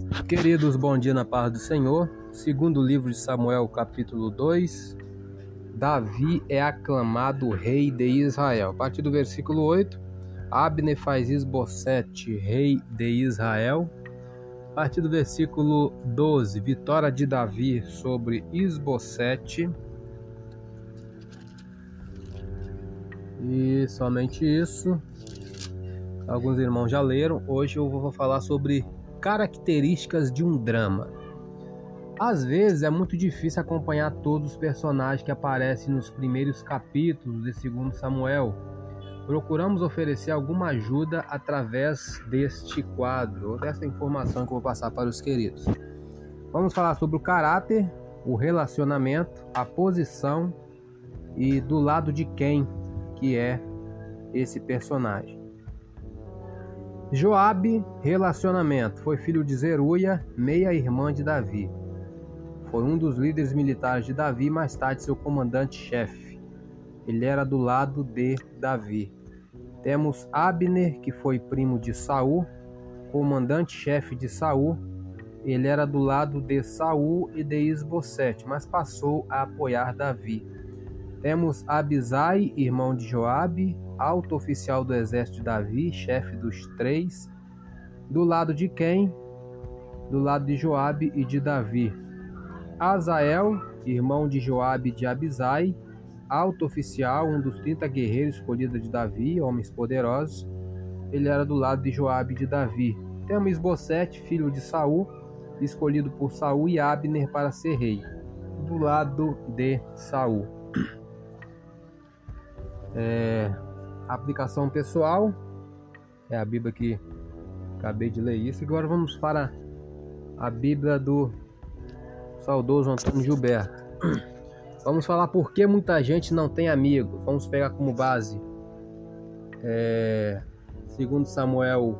Queridos, bom dia na paz do Senhor. Segundo livro de Samuel, capítulo 2. Davi é aclamado rei de Israel. A partir do versículo 8, Abner faz Isbosete rei de Israel. A partir do versículo 12, vitória de Davi sobre Isbosete. E somente isso. Alguns irmãos já leram. Hoje eu vou falar sobre características de um drama. Às vezes é muito difícil acompanhar todos os personagens que aparecem nos primeiros capítulos de 2 Samuel. Procuramos oferecer alguma ajuda através deste quadro, ou desta informação que eu vou passar para os queridos. Vamos falar sobre o caráter, o relacionamento, a posição e do lado de quem que é esse personagem. Joabe, relacionamento, foi filho de Zeruia, meia-irmã de Davi. Foi um dos líderes militares de Davi, mais tarde seu comandante-chefe. Ele era do lado de Davi. Temos Abner, que foi primo de Saul, comandante-chefe de Saul. Ele era do lado de Saul e de Isbosete, mas passou a apoiar Davi. Temos Abisai, irmão de Joabe, alto oficial do exército de Davi, chefe dos 3. Do lado de quem? Do lado de Joabe e de Davi. Azael, irmão de Joabe e de Abisai, alto oficial, um dos 30 guerreiros escolhidos de Davi, homens poderosos. Ele era do lado de Joabe e de Davi. Temos Isbosete, filho de Saul, escolhido por Saul e Abner para ser rei, do lado de Saul. Aplicação pessoal, é a Bíblia que acabei de ler isso. Agora vamos para a Bíblia do saudoso Antônio Gilberto. Vamos falar por que muita gente não tem amigo. Vamos pegar como base 2 Samuel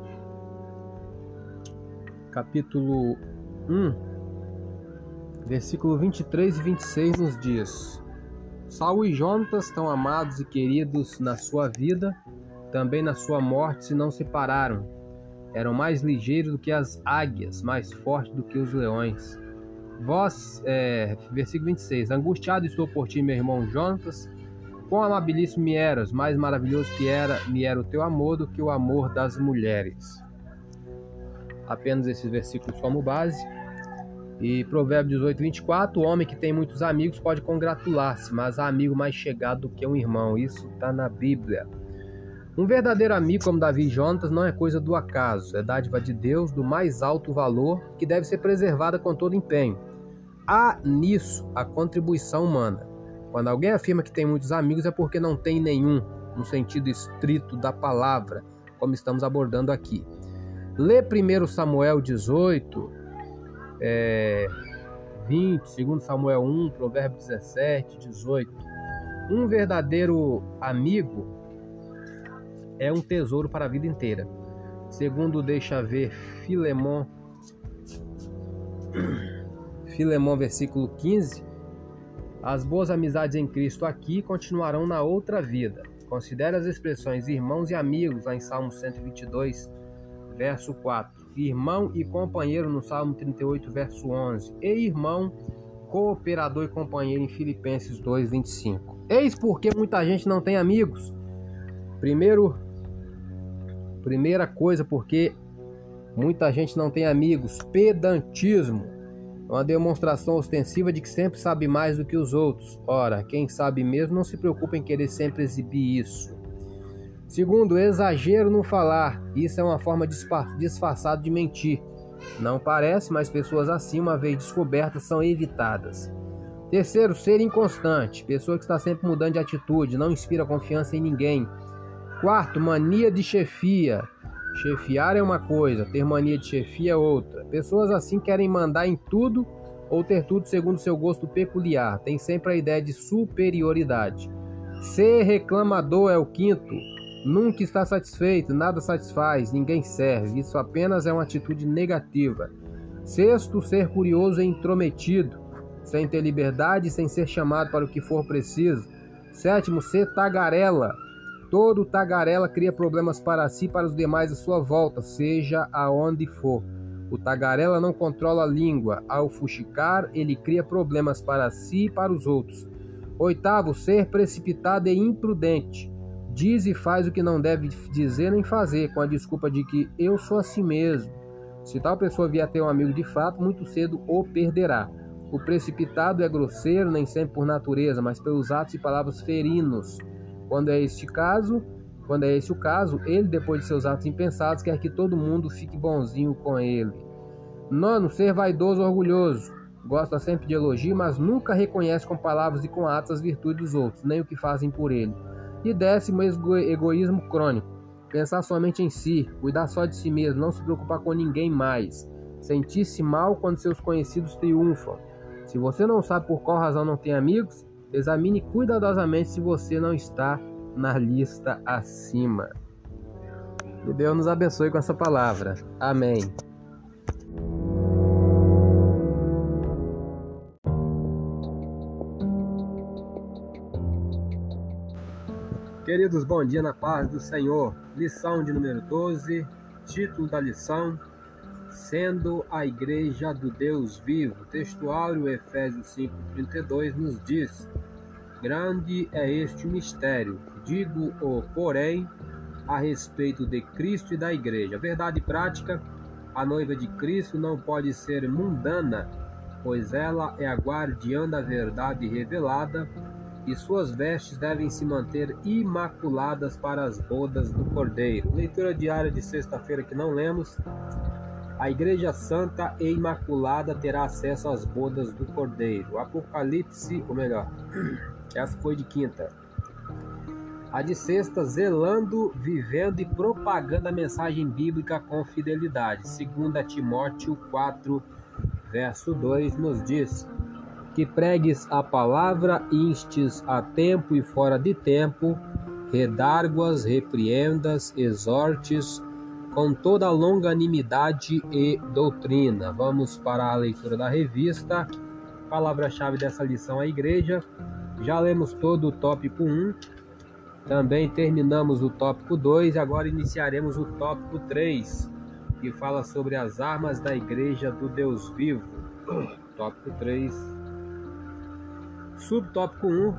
capítulo 1, versículo 23 e 26 nos dias: Saul e Jonatas estão amados e queridos na sua vida, também na sua morte se não separaram. Eram mais ligeiros do que as águias, mais fortes do que os leões. Versículo 26. Angustiado estou por ti, meu irmão Jonatas. Quão amabilíssimo me eras, mais maravilhoso me era o teu amor do que o amor das mulheres. Apenas esses versículos como base. E Provérbios 18, 24, o homem que tem muitos amigos pode congratular-se, mas há amigo mais chegado do que um irmão. Isso está na Bíblia. Um verdadeiro amigo como Davi e Jonatas não é coisa do acaso, é dádiva de Deus do mais alto valor que deve ser preservada com todo empenho. Há nisso a contribuição humana. Quando alguém afirma que tem muitos amigos é porque não tem nenhum, no sentido estrito da palavra, como estamos abordando aqui. Lê 1 Samuel 18, 20, 2 Samuel 1, Provérbios 17, 18. Um verdadeiro amigo é um tesouro para a vida inteira. Segundo deixa ver Filemon, versículo 15, as boas amizades em Cristo aqui continuarão na outra vida. Considere as expressões irmãos e amigos lá em Salmo 122, verso 4. Irmão e companheiro no Salmo 38, verso 11. E irmão, cooperador e companheiro em Filipenses 2, 25. Eis porque muita gente não tem amigos. Primeira coisa, porque muita gente não tem amigos. Pedantismo. É uma demonstração ostensiva de que sempre sabe mais do que os outros. Ora, quem sabe mesmo não se preocupa em querer sempre exibir isso. Segundo, exagero no falar. Isso é uma forma disfarçada de mentir. Não parece, mas pessoas assim, uma vez descobertas, são evitadas. Terceiro, ser inconstante. Pessoa que está sempre mudando de atitude, não inspira confiança em ninguém. Quarto, mania de chefia. Chefiar é uma coisa, ter mania de chefia é outra. Pessoas assim querem mandar em tudo ou ter tudo segundo seu gosto peculiar. Tem sempre a ideia de superioridade. Ser reclamador é o quinto. Nunca está satisfeito, nada satisfaz, ninguém serve. Isso apenas é uma atitude negativa. Sexto, ser curioso e intrometido, sem ter liberdade e sem ser chamado para o que for preciso. Sétimo, ser tagarela. Todo tagarela cria problemas para si e para os demais à sua volta, seja aonde for. O tagarela não controla a língua. Ao fuxicar, ele cria problemas para si e para os outros. 8º, ser precipitado e imprudente. Diz e faz o que não deve dizer nem fazer, com a desculpa de que eu sou assim mesmo. Se tal pessoa vier a ter um amigo de fato, muito cedo o perderá. O precipitado é grosseiro, nem sempre por natureza, mas pelos atos e palavras ferinos. Quando é esse o caso, ele, depois de seus atos impensados, quer que todo mundo fique bonzinho com ele. 9º, ser vaidoso ou orgulhoso. Gosta sempre de elogio, mas nunca reconhece com palavras e com atos as virtudes dos outros, nem o que fazem por ele. E 10º, egoísmo crônico. Pensar somente em si, cuidar só de si mesmo, não se preocupar com ninguém mais. Sentir-se mal quando seus conhecidos triunfam. Se você não sabe por qual razão não tem amigos, examine cuidadosamente se você não está na lista acima. Que Deus nos abençoe com essa palavra. Amém. Queridos, bom dia na paz do Senhor. Lição de número 12, título da lição: Sendo a Igreja do Deus Vivo. Textuário Efésios 5:32 nos diz: Grande é este mistério, digo-o, porém, a respeito de Cristo e da Igreja. Verdade prática: a noiva de Cristo não pode ser mundana, pois ela é a guardiã da verdade revelada, e suas vestes devem se manter imaculadas para as bodas do Cordeiro. Leitura diária de sexta-feira que não lemos. A Igreja Santa e Imaculada terá acesso às bodas do Cordeiro. Apocalipse, ou melhor, essa foi de quinta. A de sexta, zelando, vivendo e propagando a mensagem bíblica com fidelidade. 2 Timóteo 4, verso 2 nos diz: que pregues a palavra, instes a tempo e fora de tempo, redarguas, repreendas, exortes, com toda a longanimidade e doutrina. Vamos para a leitura da revista. Palavra-chave dessa lição: a igreja. Já lemos todo o tópico 1, também terminamos o tópico 2, agora iniciaremos o tópico 3, que fala sobre as armas da Igreja do Deus Vivo. Tópico 3. Subtópico 1,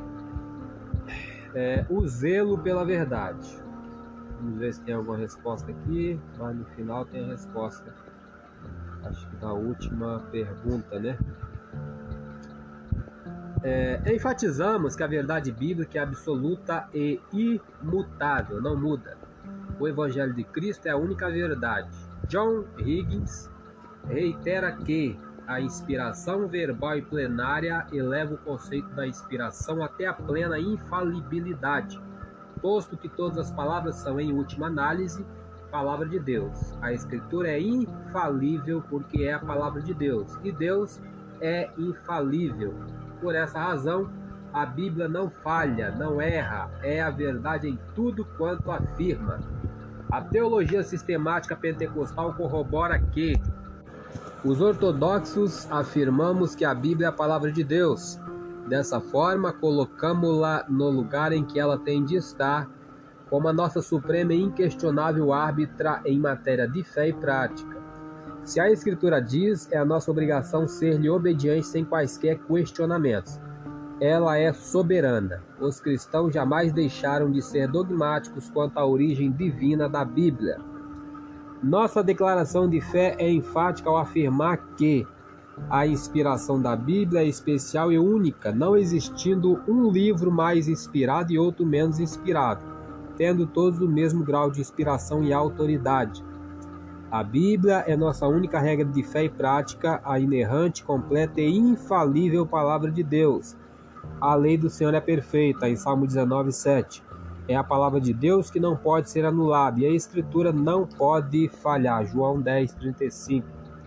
o zelo pela verdade. Vamos ver se tem alguma resposta aqui, mas no final tem a resposta. Acho que da última pergunta, né? Enfatizamos que a verdade bíblica é absoluta e imutável, não muda. O Evangelho de Cristo é a única verdade. John Higgins reitera que a inspiração verbal e plenária eleva o conceito da inspiração até a plena infalibilidade, posto que todas as palavras são, em última análise, palavra de Deus. A Escritura é infalível porque é a palavra de Deus, e Deus é infalível. Por essa razão, a Bíblia não falha, não erra, é a verdade em tudo quanto afirma. A teologia sistemática pentecostal corrobora que os ortodoxos afirmamos que a Bíblia é a palavra de Deus. Dessa forma, colocamos-la no lugar em que ela tem de estar, como a nossa suprema e inquestionável árbitra em matéria de fé e prática. Se a Escritura diz, é a nossa obrigação ser-lhe obediente sem quaisquer questionamentos. Ela é soberana. Os cristãos jamais deixaram de ser dogmáticos quanto à origem divina da Bíblia. Nossa declaração de fé é enfática ao afirmar que a inspiração da Bíblia é especial e única, não existindo um livro mais inspirado e outro menos inspirado, tendo todos o mesmo grau de inspiração e autoridade. A Bíblia é nossa única regra de fé e prática, a inerrante, completa e infalível palavra de Deus. A lei do Senhor é perfeita, em Salmo 19:7. É a palavra de Deus que não pode ser anulada, e a Escritura não pode falhar. João 10:35.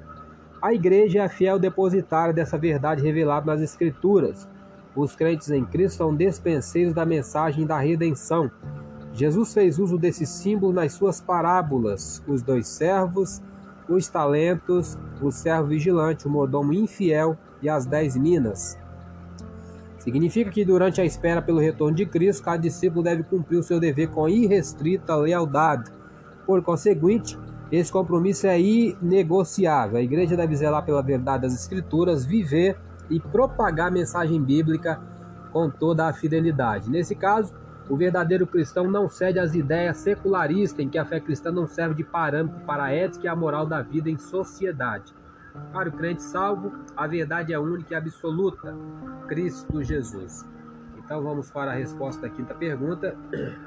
A igreja é a fiel depositária dessa verdade revelada nas Escrituras. Os crentes em Cristo são despenseiros da mensagem da redenção. Jesus fez uso desse símbolo nas suas parábolas: os 2 servos, os talentos, o servo vigilante, o mordomo infiel e as 10 minas. Significa que durante a espera pelo retorno de Cristo, cada discípulo deve cumprir o seu dever com irrestrita lealdade. Por conseguinte, Esse compromisso é inegociável. A igreja deve zelar pela verdade das Escrituras, viver e propagar a mensagem bíblica com toda a fidelidade. Nesse caso, o verdadeiro cristão não cede às ideias secularistas em que a fé cristã não serve de parâmetro para a ética e a moral da vida em sociedade. Para o crente salvo, a verdade é única e absoluta: Cristo Jesus. Então vamos para a resposta da quinta pergunta.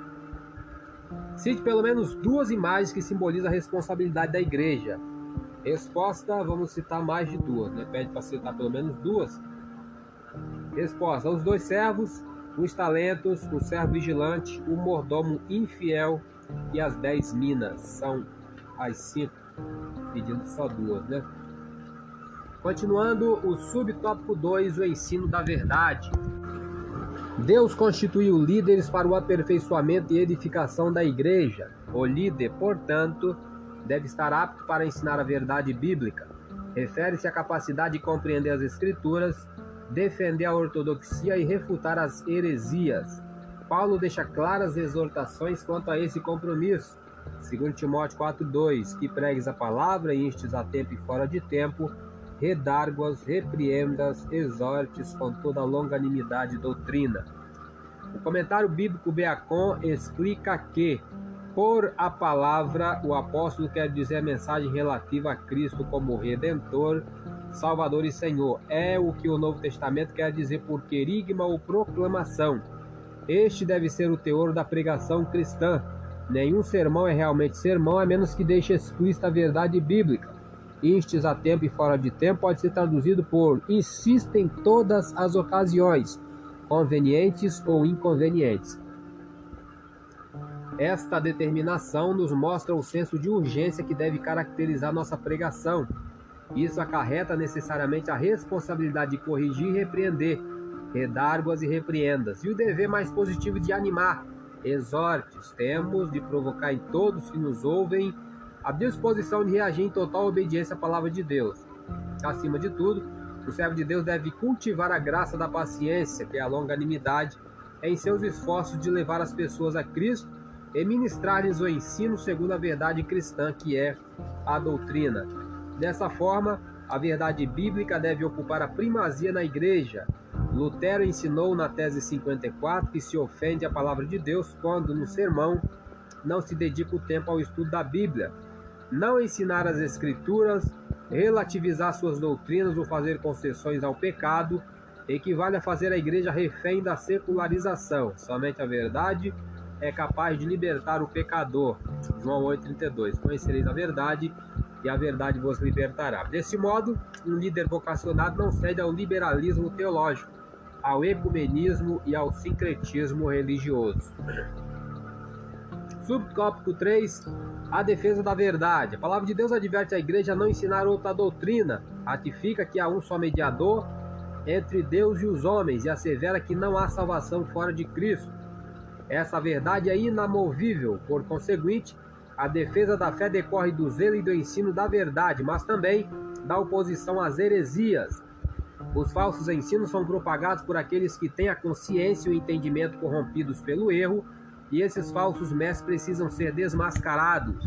Cite pelo menos 2 imagens que simbolizam a responsabilidade da igreja. Resposta, vamos citar mais de 2, né? Pede para citar pelo menos 2. Resposta: os 2 servos, os talentos, o servo vigilante, o mordomo infiel e as 10 minas. São as 5, pedindo só 2, né? Continuando, o subtópico 2, o ensino da verdade. Deus constituiu líderes para o aperfeiçoamento e edificação da igreja. O líder, portanto, deve estar apto para ensinar a verdade bíblica. Refere-se à capacidade de compreender as Escrituras, defender a ortodoxia e refutar as heresias. Paulo deixa claras exortações quanto a esse compromisso. 2 Timóteo 4,2: que pregues a palavra e instes a tempo e fora de tempo, redarguas, repreendas, exortes com toda a longanimidade e doutrina. O comentário bíblico Beacon explica que, por a palavra, o apóstolo quer dizer a mensagem relativa a Cristo como Redentor, Salvador e Senhor. É o que o Novo Testamento quer dizer por querigma ou proclamação. Este deve ser o teor da pregação cristã. Nenhum sermão é realmente sermão, a menos que deixe explícita a verdade bíblica. Instes a tempo e fora de tempo pode ser traduzido por insiste em todas as ocasiões, convenientes ou inconvenientes. Esta determinação nos mostra o senso de urgência que deve caracterizar nossa pregação. Isso acarreta necessariamente a responsabilidade de corrigir e repreender, redárguas e repreendas, e o dever mais positivo de animar, exortes. Temos de provocar em todos que nos ouvem a disposição de reagir em total obediência à palavra de Deus. Acima de tudo, o servo de Deus deve cultivar a graça da paciência, que é a longanimidade, em seus esforços de levar as pessoas a Cristo e ministrar-lhes o ensino segundo a verdade cristã, que é a doutrina. Dessa forma, a verdade bíblica deve ocupar a primazia na igreja. Lutero ensinou na tese 54 que se ofende a palavra de Deus quando, no sermão, não se dedica o tempo ao estudo da Bíblia. Não ensinar as Escrituras, relativizar suas doutrinas ou fazer concessões ao pecado equivale a fazer a igreja refém da secularização. Somente a verdade é capaz de libertar o pecador. João 8,32. Conhecereis a verdade e a verdade vos libertará. Desse modo, um líder vocacionado não cede ao liberalismo teológico, ao ecumenismo e ao sincretismo religioso. Subtópico 3, a defesa da verdade. A palavra de Deus adverte a igreja a não ensinar outra doutrina, ratifica que há um só mediador entre Deus e os homens e assevera que não há salvação fora de Cristo. Essa verdade é inamovível, por conseguinte, a defesa da fé decorre do zelo e do ensino da verdade, mas também da oposição às heresias. Os falsos ensinos são propagados por aqueles que têm a consciência e o entendimento corrompidos pelo erro, e esses falsos mestres precisam ser desmascarados.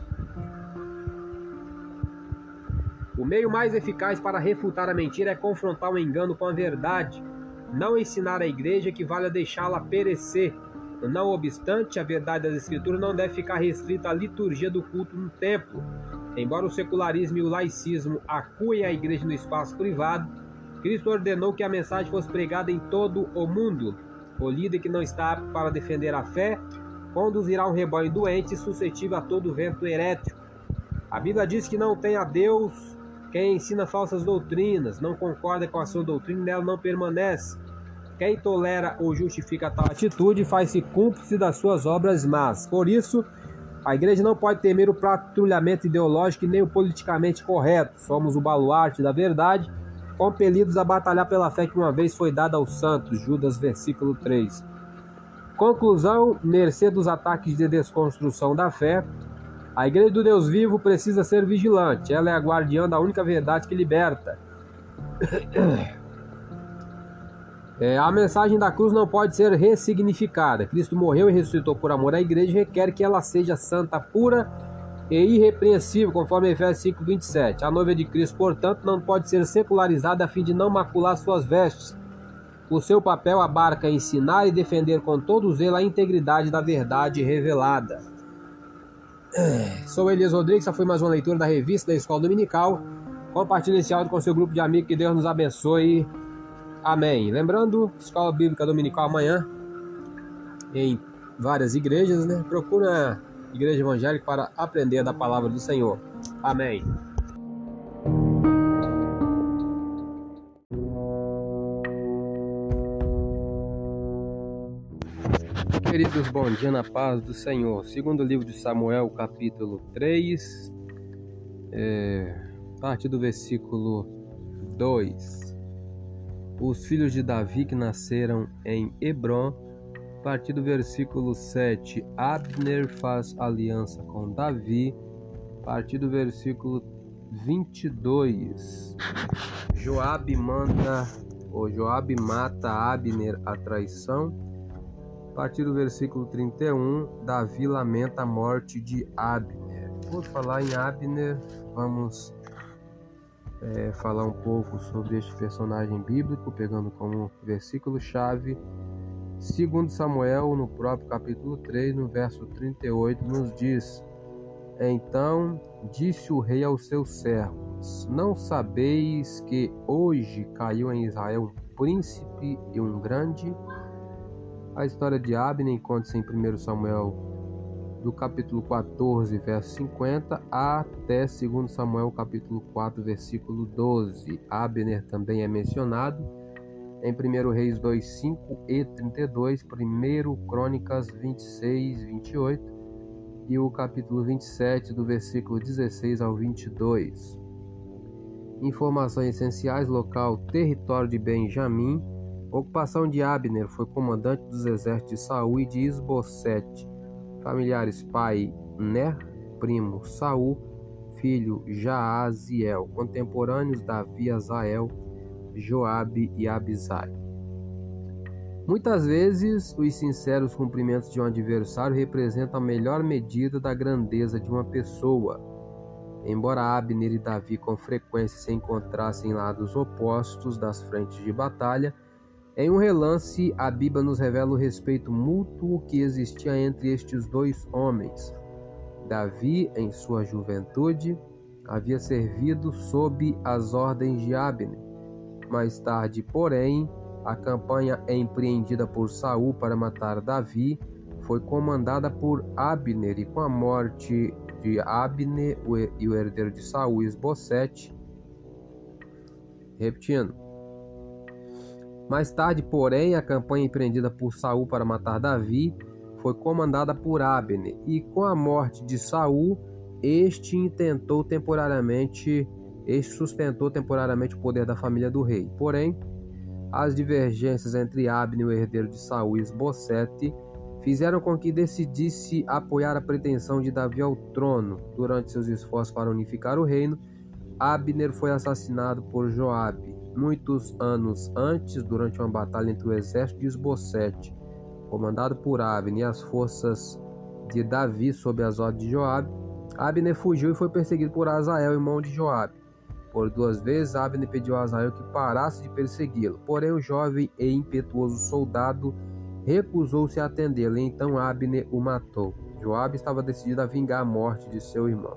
O meio mais eficaz para refutar a mentira é confrontar o engano com a verdade. Não ensinar a igreja equivale a deixá-la perecer. Não obstante, a verdade das Escrituras não deve ficar restrita à liturgia do culto no templo. Embora o secularismo e o laicismo acuem a igreja no espaço privado, Cristo ordenou que a mensagem fosse pregada em todo o mundo. O líder que não está apto para defender a fé conduzirá um rebanho doente e suscetível a todo vento herético. A Bíblia diz que não tem a Deus quem ensina falsas doutrinas, não concorda com a sua doutrina e nela não permanece. Quem tolera ou justifica tal atitude faz-se cúmplice das suas obras más. Por isso, a igreja não pode temer o patrulhamento ideológico e nem o politicamente correto. Somos o baluarte da verdade, compelidos a batalhar pela fé que uma vez foi dada aos santos. Judas, versículo 3. Conclusão: mercê dos ataques de desconstrução da fé, a igreja do Deus vivo precisa ser vigilante. Ela é a guardiã da única verdade que liberta. A mensagem da cruz não pode ser ressignificada. Cristo morreu e ressuscitou por amor à igreja e requer que ela seja santa, pura e irrepreensível, conforme Efésios 5:27. A noiva de Cristo, portanto, não pode ser secularizada a fim de não macular suas vestes. O seu papel abarca ensinar e defender com todo zelo a integridade da verdade revelada. Sou Elias Rodrigues, essa foi mais uma leitura da revista da Escola Dominical. Compartilhe esse áudio com seu grupo de amigos, que Deus nos abençoe. Amém. Lembrando, Escola Bíblica Dominical amanhã, em várias igrejas, né? Procura a igreja evangélica para aprender da palavra do Senhor. Amém. Queridos, bom dia na paz do Senhor. Segundo livro de Samuel, capítulo 3, a partir do versículo 2. Os filhos de Davi que nasceram em Hebron, a partir do versículo 7. Abner faz aliança com Davi, a partir do versículo 22. Joabe mata Abner a traição. A partir do versículo 31, Davi lamenta a morte de Abner. Por falar em Abner, vamos falar um pouco sobre este personagem bíblico, pegando como versículo-chave 2 Samuel, no próprio capítulo 3, no verso 38, nos diz: Então disse o rei aos seus servos: Não sabeis que hoje caiu em Israel um príncipe e um grande? A história de Abner encontra-se em 1 Samuel, do capítulo 14, verso 50, até 2 Samuel, capítulo 4, versículo 12. Abner também é mencionado em 1 Reis 2, 5 e 32, 1 Crônicas 26, 28 e o capítulo 27, do versículo 16 ao 22. Informações essenciais: local, território de Benjamim. Ocupação de Abner: foi comandante dos exércitos de Saul e de Isbosete. Familiares: pai Ner, primo Saul, filho Jaaziel. Contemporâneos: Davi, Azael, Joabe e Abisai. Muitas vezes, os sinceros cumprimentos de um adversário representam a melhor medida da grandeza de uma pessoa. Embora Abner e Davi com frequência se encontrassem em lados opostos das frentes de batalha, em um relance, a Bíblia nos revela o respeito mútuo que existia entre estes dois homens. Davi, em sua juventude, havia servido sob as ordens de Abner. Mais tarde, porém, a campanha empreendida por Saul para matar Davi foi comandada por Abner, e com a morte de Abner e o herdeiro de Saul, Isbosete, mais tarde, porém, a campanha empreendida por Saul para matar Davi foi comandada por Abner, e com a morte de Saul, este sustentou temporariamente o poder da família do rei. Porém, as divergências entre Abner e o herdeiro de Saul, Isbosete, fizeram com que decidisse apoiar a pretensão de Davi ao trono. Durante seus esforços para unificar o reino, Abner foi assassinado por Joabe. Muitos anos antes, durante uma batalha entre o exército de Isbosete, comandado por Abner, e as forças de Davi sob as ordens de Joabe, Abner fugiu e foi perseguido por Azael, irmão de Joabe. Por 2 vezes, Abner pediu a Azael que parasse de persegui-lo, porém o jovem e impetuoso soldado recusou-se a atendê-lo, e então Abner o matou. Joabe estava decidido a vingar a morte de seu irmão.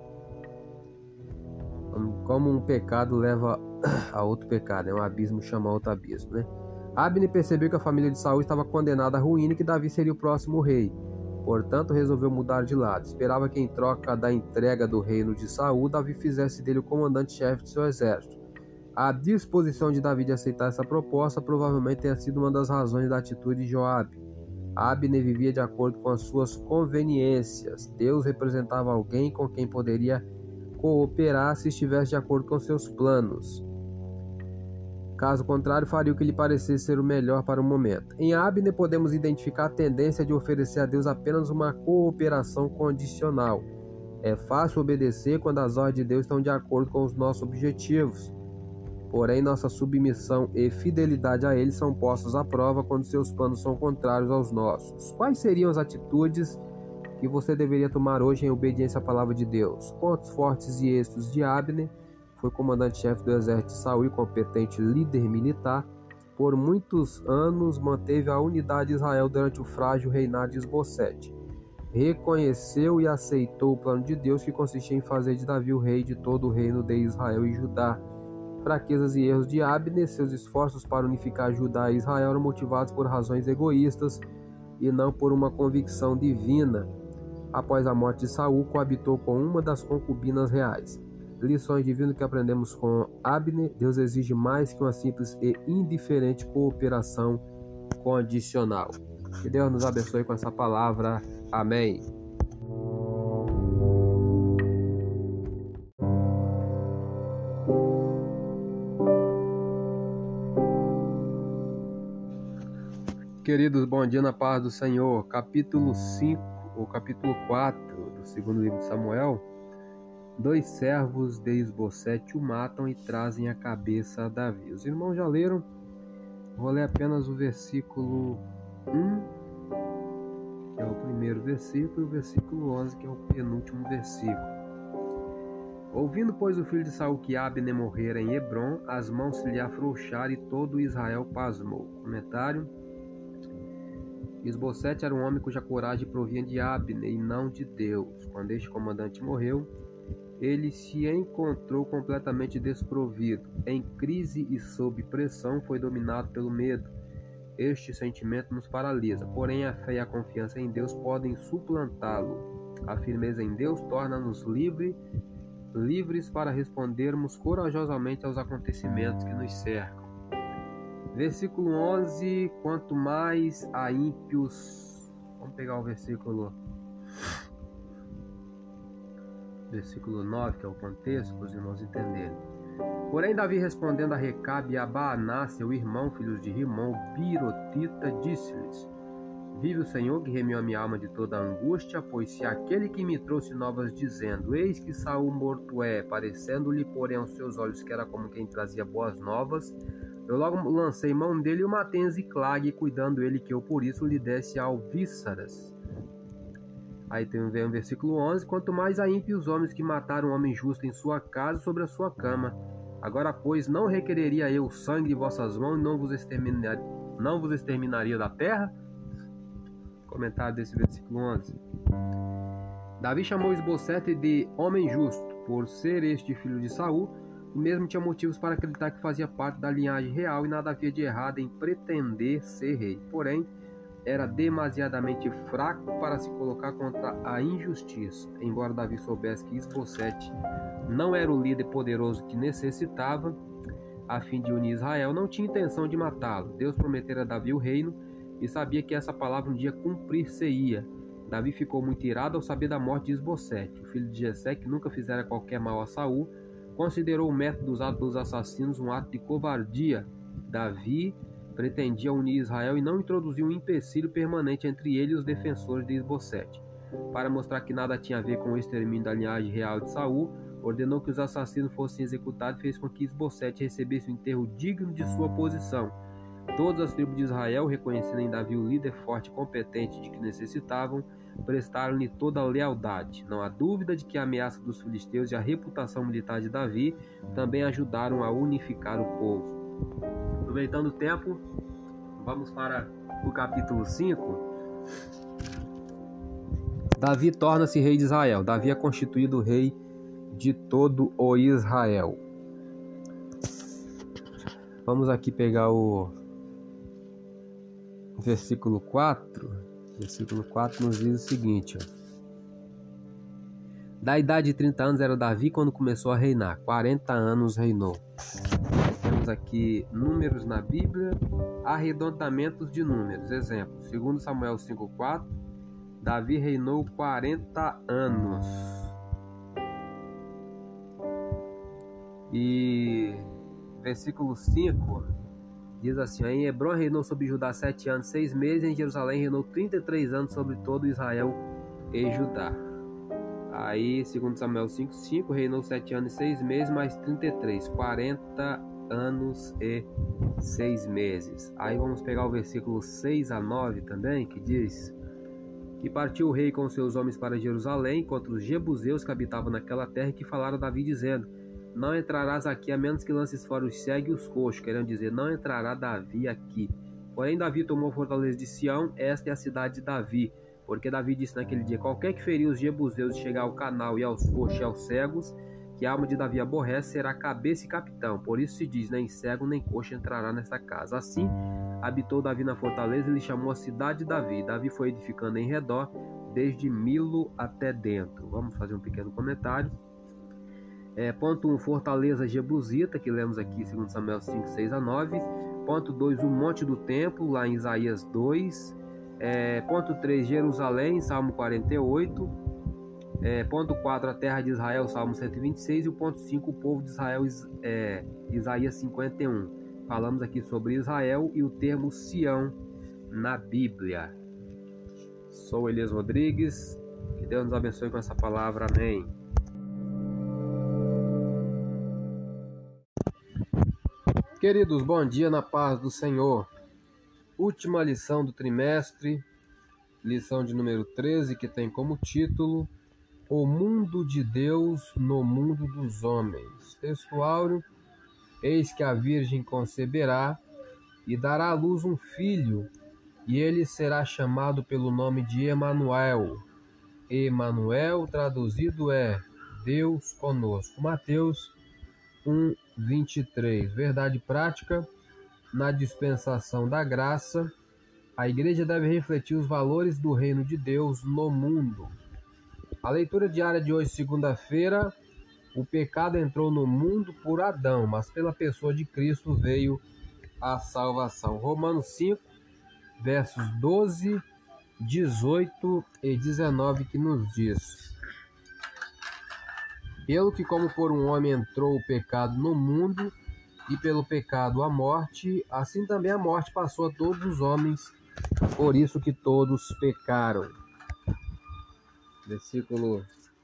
Como um pecado leva a outro pecado, um abismo chama a outro abismo, né? Abner percebeu que a família de Saul estava condenada à ruína e que Davi seria o próximo rei. Portanto, resolveu mudar de lado. Esperava que, em troca da entrega do reino de Saul, Davi fizesse dele o comandante-chefe de seu exército. A disposição de Davi de aceitar essa proposta provavelmente tenha sido uma das razões da atitude de Joabe. Abner vivia de acordo com as suas conveniências. Deus representava alguém com quem poderia cooperar se estivesse de acordo com seus planos. Caso contrário, faria o que lhe parecesse ser o melhor para o momento. Em Abner podemos identificar a tendência de oferecer a Deus apenas uma cooperação condicional. É fácil obedecer quando as ordens de Deus estão de acordo com os nossos objetivos. Porém, nossa submissão e fidelidade a Ele são postas à prova quando seus planos são contrários aos nossos. Quais seriam as atitudes que você deveria tomar hoje em obediência à palavra de Deus. Pontos fortes e êxitos de Abner. Foi comandante-chefe do exército de Saul e competente líder militar. Por muitos anos manteve a unidade de Israel durante o frágil reinado de Isbosete. Reconheceu e aceitou o plano de Deus, que consistia em fazer de Davi o rei de todo o reino de Israel e Judá. Fraquezas e erros de Abner. Seus esforços para unificar Judá e Israel eram motivados por razões egoístas e não por uma convicção divina. Após a morte de Saul, coabitou com uma das concubinas reais. Lições divinas que aprendemos com Abner. Deus exige mais que uma simples e indiferente cooperação condicional. Que Deus nos abençoe com essa palavra. Amém. Queridos, bom dia na paz do Senhor. Capítulo 5, ou capítulo 4 do segundo livro de Samuel. 2 servos de Isbosete o matam e trazem a cabeça a Davi. Os irmãos já leram. Vou ler apenas o versículo 1, que é o primeiro versículo, e o versículo 11, que é o penúltimo versículo. Ouvindo, pois, o filho de Saul que Abner morrera em Hebrom, as mãos se lhe afrouxaram e todo Israel pasmou. Comentário: Isbosete era um homem cuja coragem provinha de Abner e não de Deus. Quando este comandante morreu, ele se encontrou completamente desprovido. Em crise e sob pressão, foi dominado pelo medo. Este sentimento nos paralisa, porém a fé e a confiança em Deus podem suplantá-lo. A firmeza em Deus torna-nos livres para respondermos corajosamente aos acontecimentos que nos cercam. Versículo 11, quanto mais a ímpios... Vamos pegar o versículo 9, que é o contexto, para os irmãos entenderem. Porém, Davi, respondendo a Recabe e a Baaná, seu irmão, filhos de Rimon, Birotita, disse-lhes: Vive o Senhor, que remiu a minha alma de toda a angústia, pois se aquele que me trouxe novas dizendo, eis que Saul morto é, parecendo-lhe, porém, aos seus olhos que era como quem trazia boas novas, eu logo lancei mão dele e o matei em Ziclag, cuidando ele que eu por isso lhe desse alvíçaras. Aí vem o versículo 11, quanto mais a ímpios homens que mataram um homem justo em sua casa sobre a sua cama. Agora, pois, não requereria eu o sangue de vossas mãos e não vos exterminaria da terra? Comentário desse versículo 11. Davi chamou Isbosete de homem justo, por ser este filho de Saul, o mesmo tinha motivos para acreditar que fazia parte da linhagem real e nada havia de errado em pretender ser rei. Porém, era demasiadamente fraco para se colocar contra a injustiça. Embora Davi soubesse que Isbosete não era o líder poderoso que necessitava, a fim de unir Israel, não tinha intenção de matá-lo. Deus prometera a Davi o reino e sabia que essa palavra um dia cumprir-se-ia. Davi ficou muito irado ao saber da morte de Isbosete. O filho de Jessé, que nunca fizera qualquer mal a Saul, considerou o método usado pelos assassinos um ato de covardia. Davi pretendia unir Israel e não introduzir um empecilho permanente entre ele e os defensores de Isbosete. Para mostrar que nada tinha a ver com o extermínio da linhagem real de Saul, ordenou que os assassinos fossem executados e fez com que Isbosete recebesse um enterro digno de sua posição. Todas as tribos de Israel, reconhecendo em Davi o líder forte e competente de que necessitavam, prestaram-lhe toda a lealdade. Não há dúvida de que a ameaça dos filisteus e a reputação militar de Davi também ajudaram a unificar o povo. Aproveitando o tempo, vamos para o capítulo 5. Davi torna-se rei de Israel. Davi é constituído rei de todo o Israel. Vamos aqui pegar o versículo 4. Versículo 4 nos diz o seguinte: Da idade de 30 anos era Davi quando começou a reinar. 40 anos reinou. Temos aqui números na Bíblia, arredondamentos de números. Exemplo, 2 Samuel 5,4, Davi reinou 40 anos. E versículo 5 diz assim: Em Hebrom reinou sobre Judá 7 anos, 6 meses, e em Jerusalém reinou 33 anos sobre todo Israel e Judá. Aí, 2 Samuel 5,5, reinou 7 anos e 6 meses, mais 33, 40 anos e 6 meses. Aí vamos pegar o versículo 6 a 9 também, que diz E partiu o rei com seus homens para Jerusalém contra os jebuseus que habitavam naquela terra, e que falaram a Davi, dizendo: não entrarás aqui, a menos que lances fora os cegos e os coxos, querendo dizer, não entrará Davi aqui. Porém Davi tomou a fortaleza de Sião, esta é a cidade de Davi, porque Davi disse naquele dia: qualquer que ferir os jebuseus e chegar ao canal e aos coxos e aos cegos, que a alma de Davi aborrece, será cabeça e capitão. Por isso se diz: nem cego nem coxo entrará nesta casa. Assim habitou Davi na fortaleza e lhe chamou a cidade de Davi. Davi foi edificando em redor, desde Milo até dentro. Vamos fazer um pequeno comentário. Ponto 1, fortaleza jebusita, que lemos aqui 2 Samuel 5, 6 a 9. Ponto 2, o monte do templo, lá em Isaías 2. Ponto 3, Jerusalém, Salmo 48. Ponto 4, a terra de Israel, Salmo 126. E o ponto 5, o povo de Israel, Isaías 51. Falamos aqui sobre Israel e o termo Sião na Bíblia. Sou Elias Rodrigues, que Deus nos abençoe com essa palavra, amém. Queridos, bom dia na paz do Senhor. Última lição do trimestre, lição de número 13, que tem como título: O mundo de Deus no mundo dos homens. Texto áureo: eis que a Virgem conceberá e dará à luz um filho, e ele será chamado pelo nome de Emanuel. Emanuel traduzido é Deus conosco. Mateus 1:23. Verdade prática: na dispensação da graça, a igreja deve refletir os valores do reino de Deus no mundo. A leitura diária de hoje, segunda-feira: o pecado entrou no mundo por Adão, mas pela pessoa de Cristo veio a salvação. Romanos 5, versos 12, 18 e 19, que nos diz: pelo que como por um homem entrou o pecado no mundo, e pelo pecado a morte, assim também a morte passou a todos os homens, por isso que todos pecaram. Versículo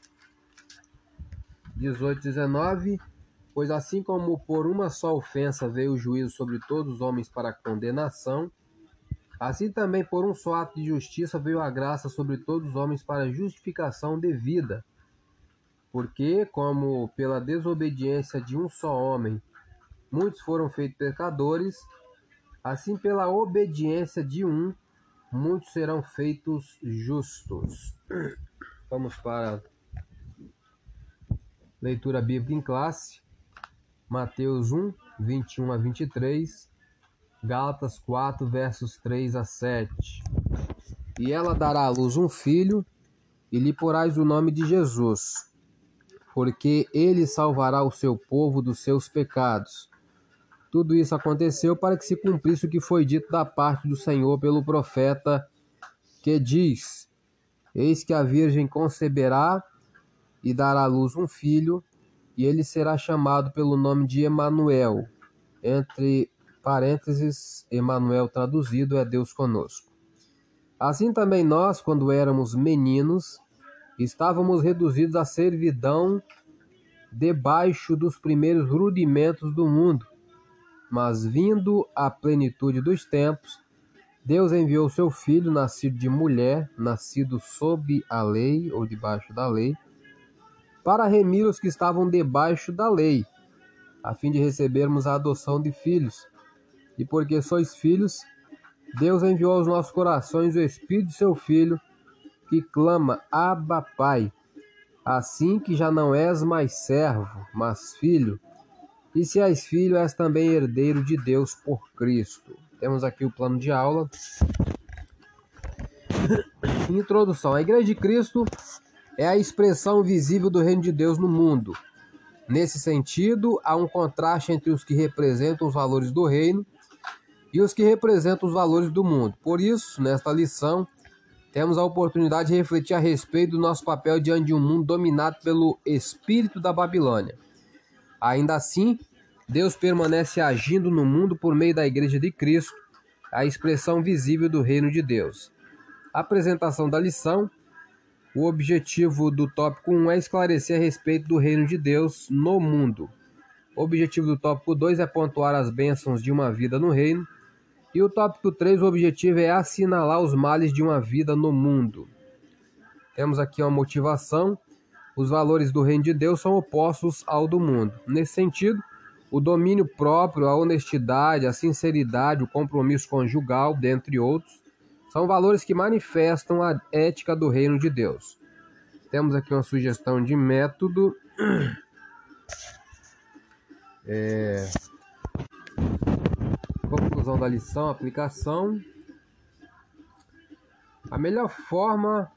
18 e 19: pois assim como por uma só ofensa veio o juízo sobre todos os homens para condenação, assim também por um só ato de justiça veio a graça sobre todos os homens para justificação devida. Porque, como pela desobediência de um só homem muitos foram feitos pecadores, assim pela obediência de um, muitos serão feitos justos. Vamos para a leitura bíblica em classe. Mateus 1, 21 a 23, Gálatas 4, versos 3 a 7. E ela dará à luz um filho, e lhe porás o nome de Jesus, porque ele salvará o seu povo dos seus pecados. Tudo isso aconteceu para que se cumprisse o que foi dito da parte do Senhor pelo profeta, que diz: eis que a Virgem conceberá e dará à luz um filho, e ele será chamado pelo nome de Emanuel. Entre parênteses, Emanuel traduzido é Deus conosco. Assim também nós, quando éramos meninos, estávamos reduzidos à servidão debaixo dos primeiros rudimentos do mundo. Mas vindo a plenitude dos tempos, Deus enviou seu Filho, nascido de mulher, nascido sob a lei ou debaixo da lei, para remir os que estavam debaixo da lei, a fim de recebermos a adoção de filhos. E porque sois filhos, Deus enviou aos nossos corações o Espírito de seu Filho, que clama: Abba, Pai. Assim que já não és mais servo, mas filho, e se és filho, és também herdeiro de Deus por Cristo. Temos aqui o plano de aula. Introdução. A Igreja de Cristo é a expressão visível do reino de Deus no mundo. Nesse sentido, há um contraste entre os que representam os valores do reino e os que representam os valores do mundo. Por isso, nesta lição, temos a oportunidade de refletir a respeito do nosso papel diante de um mundo dominado pelo espírito da Babilônia. Ainda assim, Deus permanece agindo no mundo por meio da Igreja de Cristo, a expressão visível do reino de Deus. Apresentação da lição. O objetivo do tópico 1 é esclarecer a respeito do reino de Deus no mundo. O objetivo do tópico 2 é pontuar as bênçãos de uma vida no reino. E o tópico 3, o objetivo é assinalar os males de uma vida no mundo. Temos aqui uma motivação. Os valores do reino de Deus são opostos ao do mundo. Nesse sentido, o domínio próprio, a honestidade, a sinceridade, o compromisso conjugal, dentre outros, são valores que manifestam a ética do reino de Deus. Temos aqui uma sugestão de método. Conclusão da lição, aplicação. A melhor forma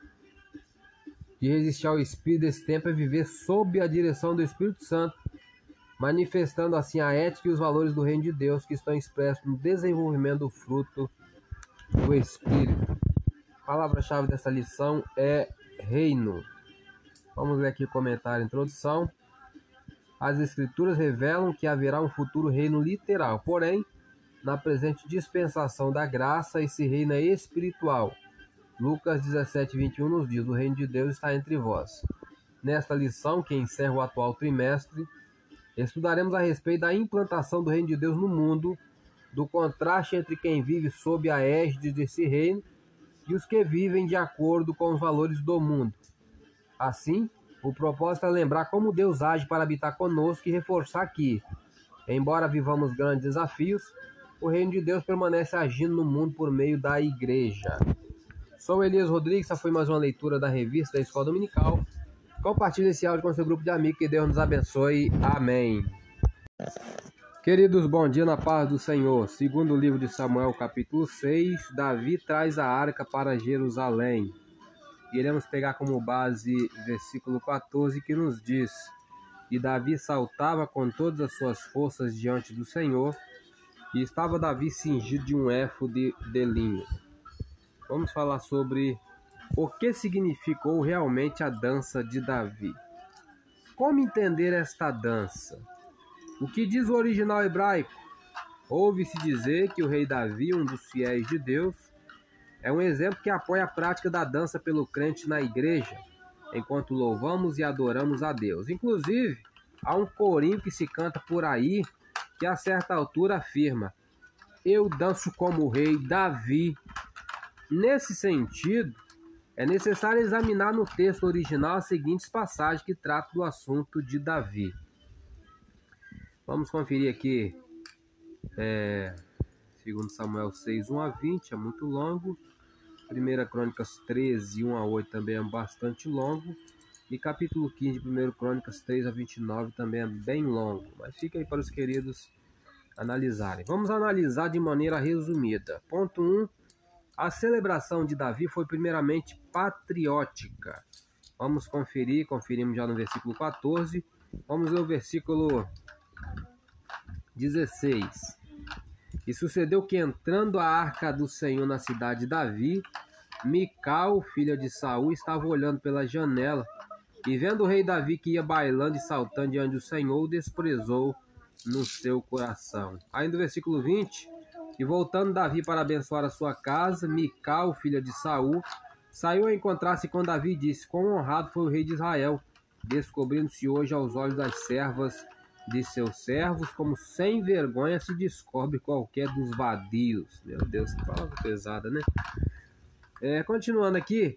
de resistir ao espírito desse tempo é viver sob a direção do Espírito Santo, manifestando assim a ética e os valores do reino de Deus que estão expressos no desenvolvimento do fruto do Espírito. A palavra-chave dessa lição é reino. Vamos ler aqui o comentário, introdução. As Escrituras revelam que haverá um futuro reino literal, porém, na presente dispensação da graça, esse reino é espiritual. Lucas 17:21 nos diz: o reino de Deus está entre vós. Nesta lição, que encerra o atual trimestre, estudaremos a respeito da implantação do reino de Deus no mundo, do contraste entre quem vive sob a égide desse reino e os que vivem de acordo com os valores do mundo. Assim, o propósito é lembrar como Deus age para habitar conosco e reforçar que, embora vivamos grandes desafios, o reino de Deus permanece agindo no mundo por meio da igreja. Sou Elias Rodrigues, essa foi mais uma leitura da revista da Escola Dominical. Compartilhe esse áudio com seu grupo de amigos, que Deus nos abençoe. Amém. Queridos, bom dia na paz do Senhor. Segundo o livro de Samuel, capítulo 6, Davi traz a arca para Jerusalém. Iremos pegar como base versículo 14, que nos diz: e Davi saltava com todas as suas forças diante do Senhor, e estava Davi cingido de um éfode de linho. Vamos falar sobre o que significou realmente a dança de Davi. Como entender esta dança? O que diz o original hebraico? Ouve-se dizer que o rei Davi, um dos fiéis de Deus, é um exemplo que apoia a prática da dança pelo crente na igreja, enquanto louvamos e adoramos a Deus. Inclusive, há um corinho que se canta por aí, que a certa altura afirma: eu danço como o rei Davi. Nesse sentido, é necessário examinar no texto original as seguintes passagens que tratam do assunto de Davi. Vamos conferir aqui, 2 Samuel 6, 1 a 20, é muito longo. 1 Crônicas 13, 1 a 8 também é bastante longo. E capítulo 15 de 1 Crônicas 3 a 29 também é bem longo. Mas fica aí para os queridos analisarem. Vamos analisar de maneira resumida. Ponto 1. A celebração de Davi foi primeiramente patriótica. Vamos conferir, conferimos já no versículo 14. Vamos ler o versículo 16. E sucedeu que, entrando a arca do Senhor na cidade de Davi, Mical, filha de Saul, estava olhando pela janela, e vendo o rei Davi que ia bailando e saltando diante do Senhor, o desprezou no seu coração. Aí no versículo 20, e voltando Davi para abençoar a sua casa, Mical, filha de Saul, saiu a encontrar-se com Davi e disse: quão honrado foi o rei de Israel, descobrindo-se hoje aos olhos das servas de seus servos, como sem vergonha se descobre qualquer dos vadios. Meu Deus, que palavra pesada, né? Continuando aqui,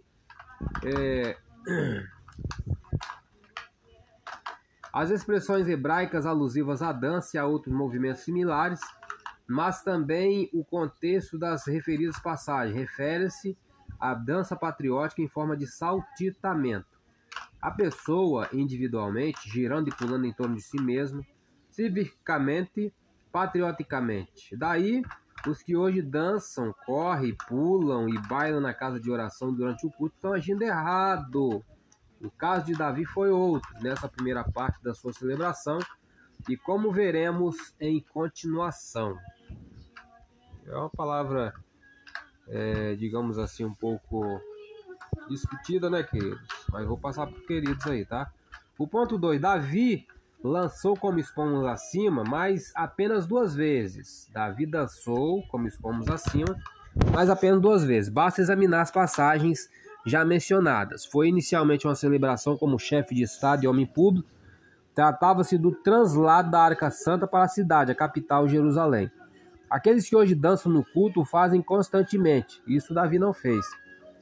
as expressões hebraicas alusivas à dança e a outros movimentos similares, mas também o contexto das referidas passagens refere-se à dança patriótica em forma de saltitamento. A pessoa, individualmente, girando e pulando em torno de si mesma, civicamente, patrioticamente. Daí, os que hoje dançam, correm, pulam e bailam na casa de oração durante o culto estão agindo errado. O caso de Davi foi outro, nessa primeira parte da sua celebração, e como veremos em continuação. É uma palavra, digamos assim, um pouco discutida, né, queridos? Mas vou passar para os queridos aí, tá? O ponto 2. Davi lançou, como expomos acima, mas apenas 2 vezes. Davi dançou, como expomos acima, mas apenas 2 vezes. Basta examinar as passagens já mencionadas. Foi inicialmente uma celebração como chefe de estado e homem público. Tratava-se do translado da Arca Santa para a cidade, a capital, Jerusalém. Aqueles que hoje dançam no culto o fazem constantemente. Isso Davi não fez.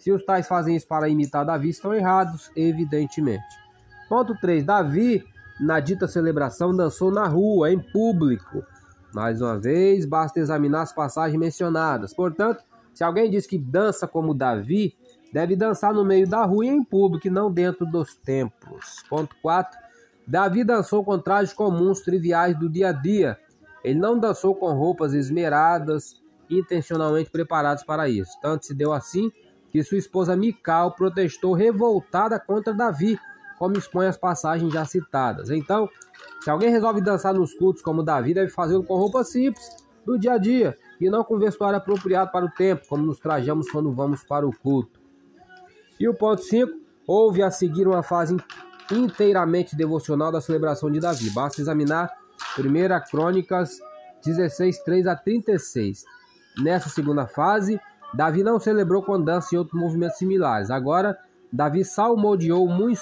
Se os tais fazem isso para imitar Davi, estão errados, evidentemente. Ponto 3. Davi, na dita celebração, dançou na rua, em público. Mais uma vez, basta examinar as passagens mencionadas. Portanto, se alguém diz que dança como Davi, deve dançar no meio da rua e em público, e não dentro dos templos. Ponto 4. Davi dançou com trajes comuns, triviais do dia a dia. Ele não dançou com roupas esmeradas, intencionalmente preparadas para isso. Tanto se deu assim que sua esposa Mical protestou revoltada contra Davi, como expõe as passagens já citadas. Então, se alguém resolve dançar nos cultos como Davi, deve fazê-lo com roupas simples do dia a dia e não com vestuário apropriado para o tempo, como nos trajamos quando vamos para o culto. E o ponto 5, houve a seguir uma fase inteiramente devocional da celebração de Davi. Basta examinar 1 Crônicas 16, 3 a 36. Nessa segunda fase, Davi não celebrou com dança e outros movimentos similares. Agora, Davi salmodiou muito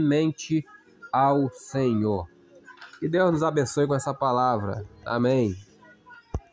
solenemente ao Senhor. Que Deus nos abençoe com essa palavra. Amém.